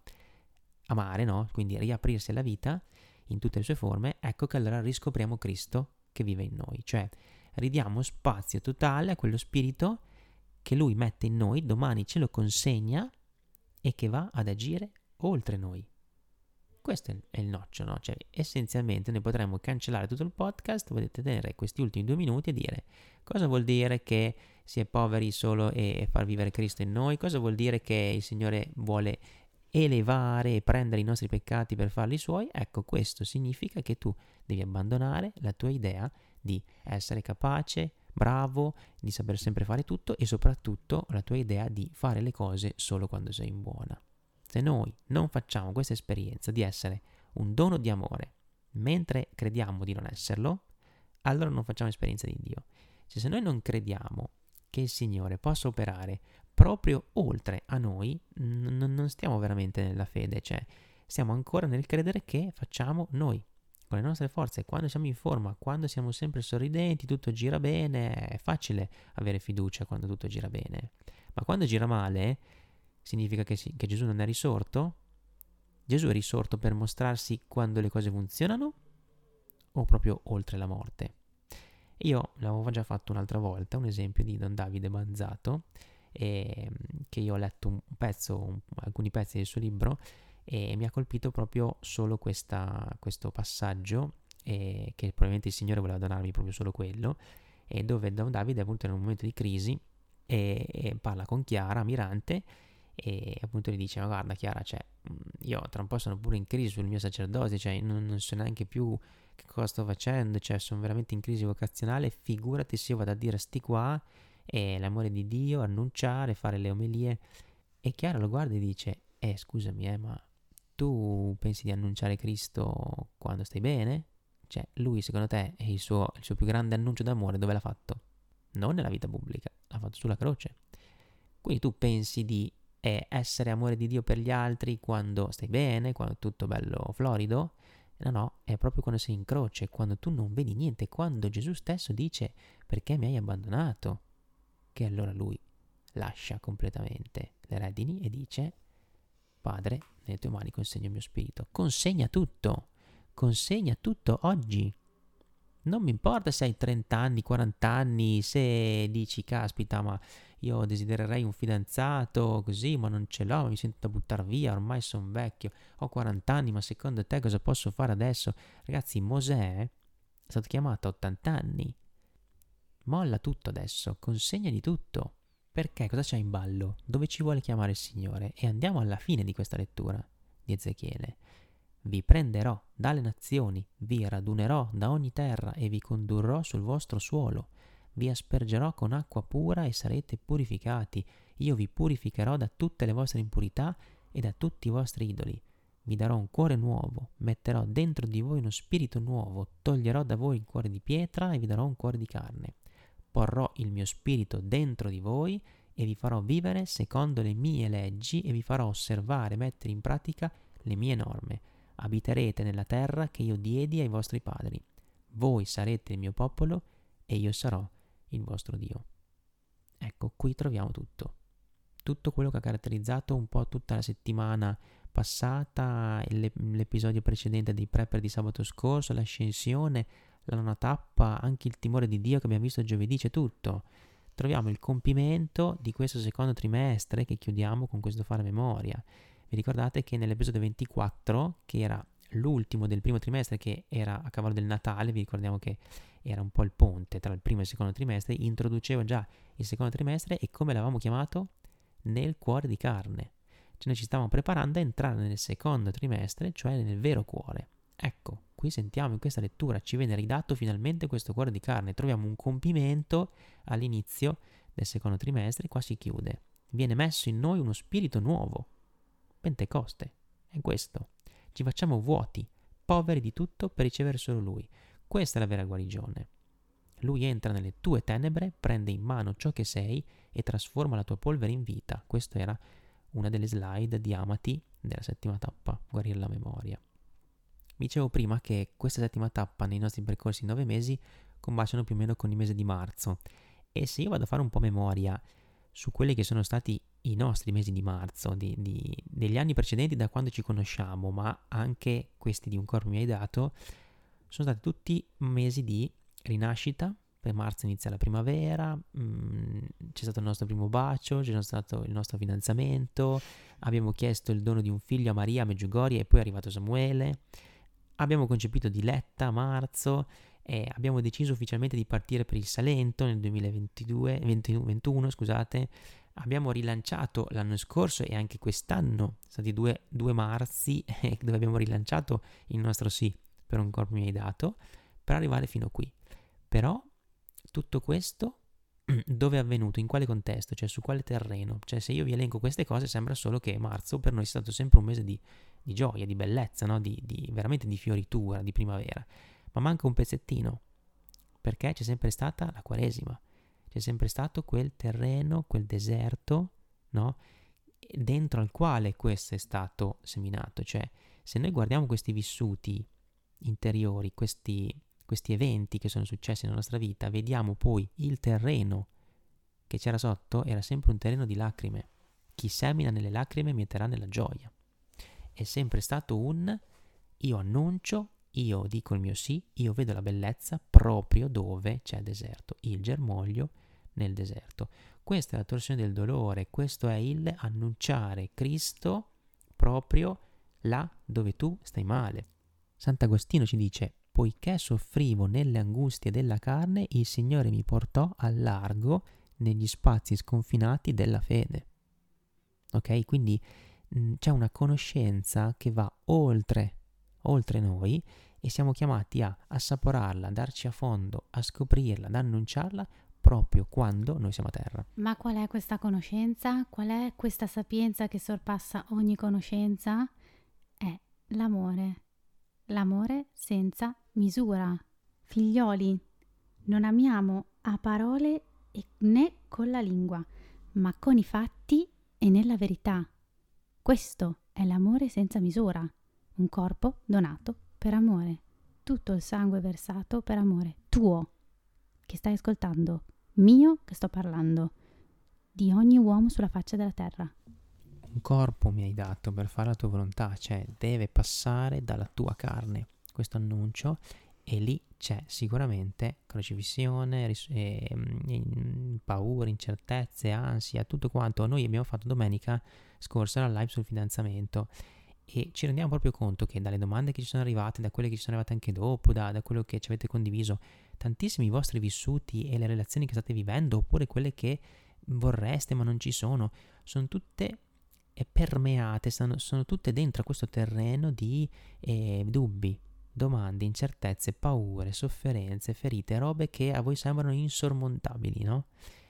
amare, no? Quindi riaprirsi alla vita in tutte le sue forme, ecco che allora riscopriamo Cristo che vive in noi, cioè ridiamo spazio totale a quello spirito che lui mette in noi, domani ce lo consegna e che va ad agire oltre noi. Questo è il noccio, no? Cioè, essenzialmente noi potremmo cancellare tutto il podcast, potete tenere questi ultimi 2 minuti e dire cosa vuol dire che si è poveri solo e far vivere Cristo in noi, cosa vuol dire che il Signore vuole elevare e prendere i nostri peccati per farli suoi. Ecco, questo significa che tu devi abbandonare la tua idea di essere capace, bravo, di saper sempre fare tutto e soprattutto la tua idea di fare le cose solo quando sei in buona. Se noi non facciamo questa esperienza di essere un dono di amore mentre crediamo di non esserlo, allora non facciamo esperienza di Dio. Cioè, se noi non crediamo che il Signore possa operare proprio oltre a noi, non stiamo veramente nella fede, cioè stiamo ancora nel credere che facciamo noi, con le nostre forze. Quando siamo in forma, quando siamo sempre sorridenti, tutto gira bene, è facile avere fiducia quando tutto gira bene. Ma quando gira male, significa che Gesù non è risorto? Gesù è risorto per mostrarsi quando le cose funzionano o proprio oltre la morte? Io l'avevo già fatto un'altra volta, un esempio di Don Davide Banzato, che io ho letto alcuni pezzi del suo libro e mi ha colpito proprio solo questo passaggio, che probabilmente il Signore voleva donarmi proprio solo quello, e dove Don Davide è appunto in un momento di crisi e parla con Chiara, Mirante, e appunto gli dice: ma guarda Chiara, cioè, io tra un po' sono pure in crisi sul mio sacerdozio, cioè non so neanche più che cosa sto facendo, cioè sono veramente in crisi vocazionale, figurati se io vado a dire a sti qua l'amore di Dio, annunciare, fare le omelie. E Chiara lo guarda e dice: scusami, ma tu pensi di annunciare Cristo quando stai bene? Cioè, lui secondo te è il suo più grande annuncio d'amore dove l'ha fatto? Non nella vita pubblica, l'ha fatto sulla croce. Quindi tu pensi di essere amore di Dio per gli altri quando stai bene, quando è tutto bello florido? No, è proprio quando sei in croce, quando tu non vedi niente, quando Gesù stesso dice: perché mi hai abbandonato? Che allora lui lascia completamente le redini e dice: Padre, nelle tue mani consegno il mio spirito. Consegna tutto oggi. Non mi importa se hai 30 anni, 40 anni, se dici caspita, ma io desidererei un fidanzato così, ma non ce l'ho, mi sento da buttare via, ormai sono vecchio, ho 40 anni, ma secondo te cosa posso fare adesso? Ragazzi, Mosè è stato chiamato a 80 anni. Molla tutto adesso, consegnagli tutto. Perché? Cosa c'è in ballo? Dove ci vuole chiamare il Signore? E andiamo alla fine di questa lettura di Ezechiele. Vi prenderò dalle nazioni, vi radunerò da ogni terra e vi condurrò sul vostro suolo. Vi aspergerò con acqua pura e sarete purificati. Io vi purificherò da tutte le vostre impurità e da tutti i vostri idoli. Vi darò un cuore nuovo, metterò dentro di voi uno spirito nuovo, toglierò da voi il cuore di pietra e vi darò un cuore di carne. Porrò il mio spirito dentro di voi e vi farò vivere secondo le mie leggi e vi farò osservare e mettere in pratica le mie norme. Abiterete nella terra che io diedi ai vostri padri. Voi sarete il mio popolo e io sarò il vostro Dio. Ecco, qui troviamo tutto quello che ha caratterizzato un po' tutta la settimana passata, l'episodio precedente dei prepper di sabato scorso, l'ascensione, la nona tappa, anche il timore di Dio che abbiamo visto giovedì, c'è tutto. Troviamo il compimento di questo secondo trimestre che chiudiamo con questo fare memoria. Vi ricordate che nell'episodio 24, che era l'ultimo del primo trimestre, che era a cavallo del Natale, vi ricordiamo che era un po' il ponte tra il primo e il secondo trimestre, introduceva già il secondo trimestre e come l'avevamo chiamato? Nel cuore di carne. Cioè noi ci stavamo preparando a entrare nel secondo trimestre, cioè nel vero cuore. Ecco, qui sentiamo in questa lettura, ci viene ridato finalmente questo cuore di carne, troviamo un compimento all'inizio del secondo trimestre, qua si chiude. Viene messo in noi uno spirito nuovo. Pentecoste, è questo. Ci facciamo vuoti, poveri di tutto per ricevere solo Lui. Questa è la vera guarigione. Lui entra nelle tue tenebre, prende in mano ciò che sei e trasforma la tua polvere in vita. Questa era una delle slide di Amati della settima tappa, guarire la memoria. Vi dicevo prima che questa settima tappa nei nostri percorsi 9 mesi combaciano più o meno con il mese di marzo. E se io vado a fare un po' memoria su quelli che sono stati i nostri mesi di marzo, degli anni precedenti da quando ci conosciamo, ma anche questi di Un corpo mi hai dato, sono stati tutti mesi di rinascita, per marzo inizia la primavera, c'è stato il nostro primo bacio, c'è stato il nostro fidanzamento, abbiamo chiesto il dono di un figlio a Maria a Medjugorje e poi è arrivato Samuele, abbiamo concepito Diletta a marzo e abbiamo deciso ufficialmente di partire per il Salento nel 2021, scusate. Abbiamo rilanciato l'anno scorso e anche quest'anno, sono stati due marzi dove abbiamo rilanciato il nostro sì per un corpo mi hai dato, per arrivare fino a qui. Però tutto questo dove è avvenuto? In quale contesto? Cioè su quale terreno? Cioè se io vi elenco queste cose sembra solo che marzo per noi è stato sempre un mese di gioia, di bellezza, no? Veramente di fioritura, di primavera. Ma manca un pezzettino, perché c'è sempre stata la Quaresima, c'è sempre stato quel terreno, quel deserto, no? Dentro al quale questo è stato seminato. Cioè se noi guardiamo questi vissuti interiori, questi eventi che sono successi nella nostra vita, vediamo poi il terreno che c'era sotto, era sempre un terreno di lacrime. Chi semina nelle lacrime mieterà nella gioia. È sempre stato io annuncio, io dico il mio sì, io vedo la bellezza proprio dove c'è deserto, il germoglio nel deserto. Questa è la torsione del dolore, questo è il annunciare Cristo proprio là dove tu stai male. Sant'Agostino ci dice: poiché soffrivo nelle angustie della carne, il Signore mi portò al largo negli spazi sconfinati della fede. Ok? Quindi c'è una conoscenza che va oltre noi e siamo chiamati a assaporarla, a darci a fondo, a scoprirla, ad annunciarla proprio quando noi siamo a terra. Ma qual è questa conoscenza? Qual è questa sapienza che sorpassa ogni conoscenza? È l'amore. L'amore senza misura. Figlioli, non amiamo a parole né con la lingua, ma con i fatti e nella verità. Questo è l'amore senza misura. Un corpo donato per amore. Tutto il sangue versato per amore tuo, che stai ascoltando, mio che sto parlando, di ogni uomo sulla faccia della terra. Un corpo mi hai dato per fare la tua volontà, cioè deve passare dalla tua carne questo annuncio, e lì c'è sicuramente crocifissione, paure, incertezze, ansia, tutto quanto. Noi abbiamo fatto domenica scorsa la live sul fidanzamento e ci rendiamo proprio conto che dalle domande che ci sono arrivate, da quelle che ci sono arrivate anche dopo, da quello che ci avete condiviso, tantissimi vostri vissuti e le relazioni che state vivendo, oppure quelle che vorreste ma non ci sono tutte permeate, sono tutte dentro a questo terreno di dubbi, domande, incertezze, paure, sofferenze, ferite, robe che a voi sembrano insormontabili, no?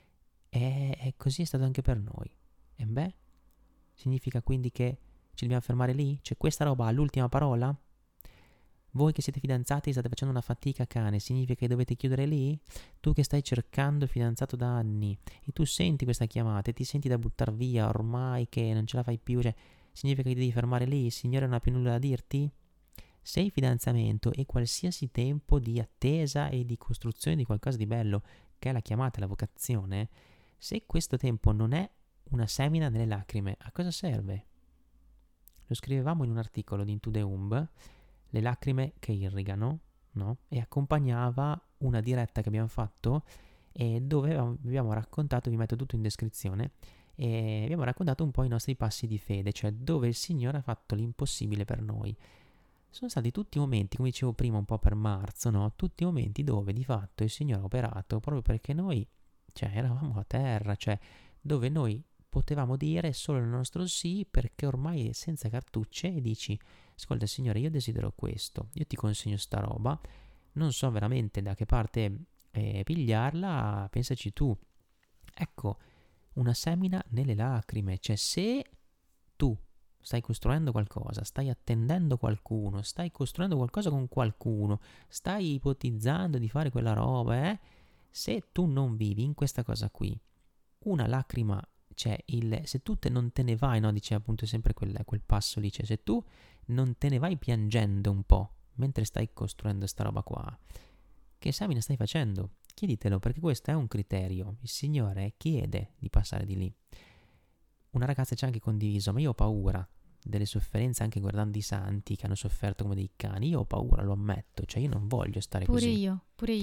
E così è stato anche per noi. E beh, significa quindi che ci dobbiamo fermare lì? Cioè questa roba ha l'ultima parola? Voi che siete fidanzati state facendo una fatica cane, significa che dovete chiudere lì? Tu che stai cercando il fidanzato da anni e tu senti questa chiamata e ti senti da buttar via ormai che non ce la fai più, cioè significa che ti devi fermare lì? Il Signore non ha più nulla da dirti? Se il fidanzamento e qualsiasi tempo di attesa e di costruzione di qualcosa di bello, che è la chiamata e la vocazione, se questo tempo non è una semina nelle lacrime, a cosa serve? Lo scrivevamo in un articolo di Into the Womb, le lacrime che irrigano, no? E accompagnava una diretta che abbiamo fatto e dove abbiamo raccontato, vi metto tutto in descrizione, e abbiamo raccontato un po' i nostri passi di fede, cioè dove il Signore ha fatto l'impossibile per noi. Sono stati tutti i momenti, come dicevo prima un po' per marzo, no? Tutti i momenti dove di fatto il Signore ha operato proprio perché noi, cioè, eravamo a terra, cioè dove noi potevamo dire solo il nostro sì perché ormai è senza cartucce e dici: ascolta Signore, io desidero questo, io ti consegno sta roba, non so veramente da che parte pigliarla, pensaci tu. Ecco, una semina nelle lacrime, cioè se tu stai costruendo qualcosa, stai attendendo qualcuno, stai costruendo qualcosa con qualcuno, stai ipotizzando di fare quella roba, se tu non vivi in questa cosa qui, una lacrima, cioè se tu non te ne vai, no, dice appunto sempre quel passo lì, cioè se tu non te ne vai piangendo un po' mentre stai costruendo sta roba qua, che semina stai facendo? Chieditelo, perché questo è un criterio. Il Signore chiede di passare di lì. Una ragazza ci ha anche condiviso: ma io ho paura delle sofferenze anche guardando i santi che hanno sofferto come dei cani, io ho paura, lo ammetto, cioè io non voglio stare Pure così. io.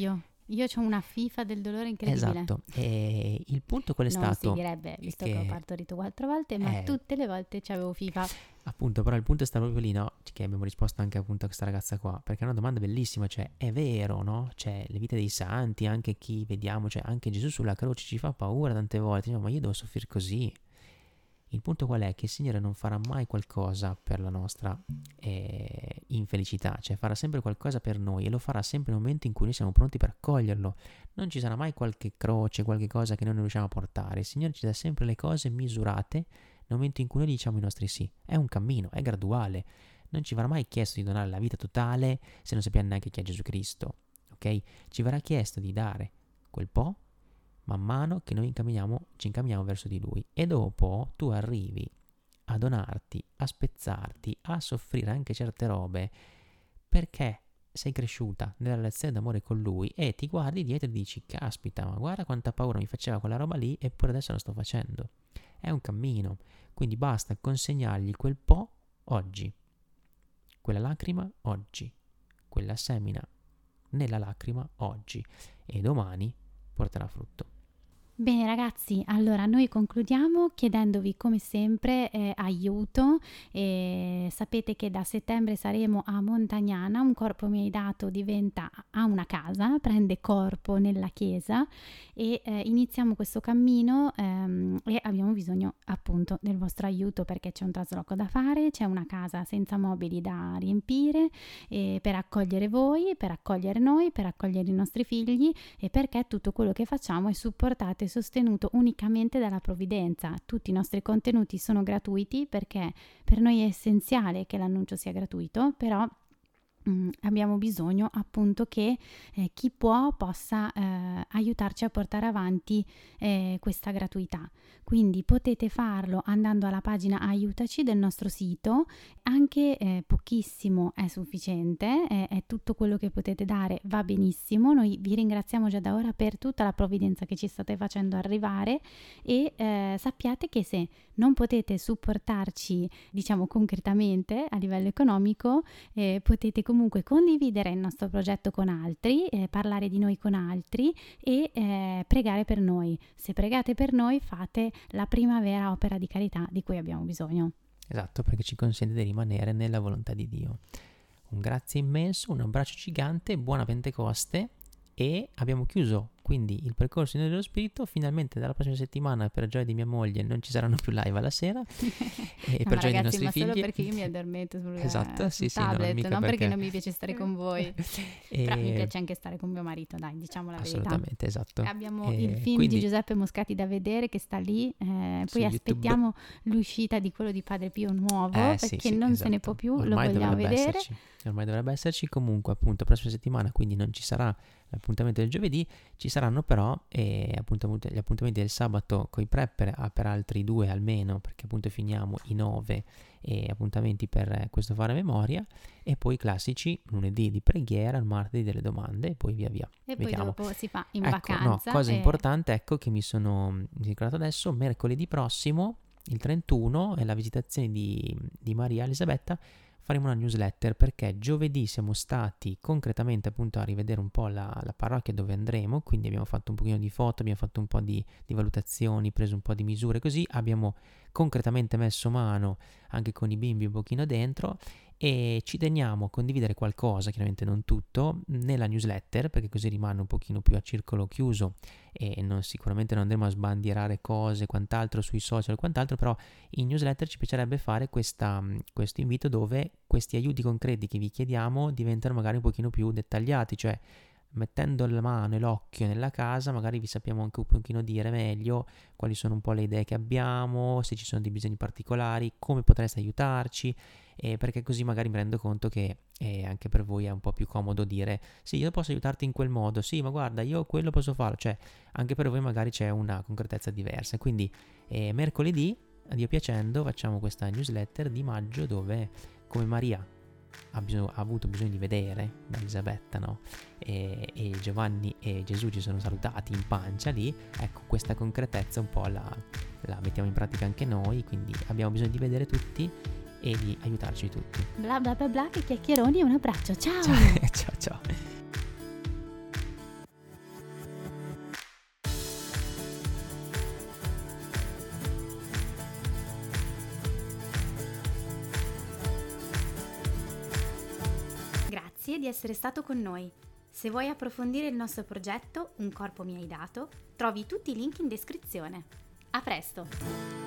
Io ho una fifa del dolore incredibile. Esatto, e il punto qual è Non stato? si direbbe, visto che ho che partorito 4 volte, ma tutte le volte c'avevo fifa. appunto, però il punto è stato proprio lì, no? Che abbiamo risposto anche appunto a questa ragazza qua, perché è una domanda bellissima, cioè è vero, no? Cioè le vite dei santi, anche chi vediamo, cioè anche Gesù sulla croce ci fa paura tante volte, no, ma io devo soffrire così. Il punto qual è? Che il Signore non farà mai qualcosa per la nostra infelicità, cioè farà sempre qualcosa per noi e lo farà sempre nel momento in cui noi siamo pronti per accoglierlo. Non ci sarà mai qualche croce, qualche cosa che noi non riusciamo a portare. Il Signore ci dà sempre le cose misurate nel momento in cui noi diciamo i nostri sì. È un cammino, è graduale. Non ci verrà mai chiesto di donare la vita totale se non sappiamo neanche chi è Gesù Cristo, ok? Ci verrà chiesto di dare quel po' man mano che noi ci incamminiamo verso di Lui, e dopo tu arrivi a donarti, a spezzarti, a soffrire anche certe robe perché sei cresciuta nella relazione d'amore con Lui e ti guardi dietro e dici caspita, ma guarda quanta paura mi faceva quella roba lì eppure adesso la sto facendo. È un cammino, quindi basta consegnargli quel po' oggi, quella lacrima oggi, quella semina nella lacrima oggi, e domani porterà frutto. Bene ragazzi, allora noi concludiamo chiedendovi come sempre aiuto. Sapete che da settembre saremo a Montagnana, Un corpo mi hai dato diventa a una casa, prende corpo nella chiesa e iniziamo questo cammino e abbiamo bisogno appunto del vostro aiuto, perché c'è un trasloco da fare, c'è una casa senza mobili da riempire per accogliere voi, per accogliere noi, per accogliere i nostri figli, e perché tutto quello che facciamo è supportato e sostenuto unicamente dalla provvidenza. Tutti i nostri contenuti sono gratuiti perché per noi è essenziale che l'annuncio sia gratuito, però abbiamo bisogno appunto che chi può possa aiutarci a portare avanti questa gratuità. Quindi potete farlo andando alla pagina Aiutaci del nostro sito, anche pochissimo è sufficiente, è tutto quello che potete dare, va benissimo. Noi vi ringraziamo già da ora per tutta la provvidenza che ci state facendo arrivare, e sappiate che se non potete supportarci diciamo concretamente a livello economico, potete comunque condividere il nostro progetto con altri, parlare di noi con altri e pregare per noi. Se pregate per noi fate la prima vera opera di carità di cui abbiamo bisogno. Esatto, perché ci consente di rimanere nella volontà di Dio. Un grazie immenso, un abbraccio gigante, buona Pentecoste, e abbiamo chiuso quindi il percorso dello spirito. Finalmente dalla prossima settimana, per gioia di mia moglie, non ci saranno più live alla sera e No, per gioia dei ragazzi, nostri ma figli. solo perché io mi addormento sul Esatto, sul sì, no, tablet, mica non perché perché non mi piace stare con voi. Però mi piace anche stare con mio marito, dai, diciamo la verità. Assolutamente, esatto. Abbiamo il film quindi, di Giuseppe Moscati da vedere che sta lì, su poi YouTube. aspettiamo l'uscita di quello di Padre Pio nuovo, perché sì, non esatto. se ne può più, Ormai lo vogliamo vedere. Ormai dovrebbe esserci. Comunque appunto prossima settimana quindi non ci sarà l'appuntamento del giovedì, ci saranno però appunto gli appuntamenti del sabato coi prepper per altri 2 almeno, perché appunto finiamo i 9 appuntamenti per questo fare memoria, e poi i classici lunedì di preghiera, il martedì delle domande, e poi via via. E Vediamo. poi dopo si fa in Ecco, vacanza. Cosa importante, ecco, che mi sono ricordato adesso: mercoledì prossimo, il 31, è la visitazione di Maria Elisabetta. Faremo una newsletter perché giovedì siamo stati concretamente appunto a rivedere un po' la parrocchia dove andremo, quindi abbiamo fatto un pochino di foto, abbiamo fatto un po' di valutazioni, preso un po' di misure, così abbiamo concretamente messo mano anche con i bimbi un pochino dentro, e ci teniamo a condividere qualcosa, chiaramente non tutto, nella newsletter, perché così rimane un pochino più a circolo chiuso e sicuramente non andremo a sbandierare cose quant'altro sui social e quant'altro, però in newsletter ci piacerebbe fare questo invito dove questi aiuti concreti che vi chiediamo diventano magari un pochino più dettagliati, cioè mettendo la mano e l'occhio nella casa magari vi sappiamo anche un pochino dire meglio quali sono un po' le idee che abbiamo, se ci sono dei bisogni particolari, come potreste aiutarci, perché così magari mi rendo conto che anche per voi è un po' più comodo dire sì, io posso aiutarti in quel modo, sì, ma guarda, io quello posso farlo, cioè anche per voi magari c'è una concretezza diversa. Quindi mercoledì, a Dio piacendo, facciamo questa newsletter di maggio dove, come Maria ha avuto bisogno di vedere da Elisabetta, no? E Giovanni e Gesù ci sono salutati in pancia lì, ecco, questa concretezza un po' la mettiamo in pratica anche noi, quindi abbiamo bisogno di vedere tutti e di aiutarci tutti. Bla bla bla bla, che chiacchieroni, un abbraccio, ciao! Ciao ciao. Grazie di essere stato con noi. Se vuoi approfondire il nostro progetto Un corpo mi hai dato, trovi tutti i link in descrizione. A presto!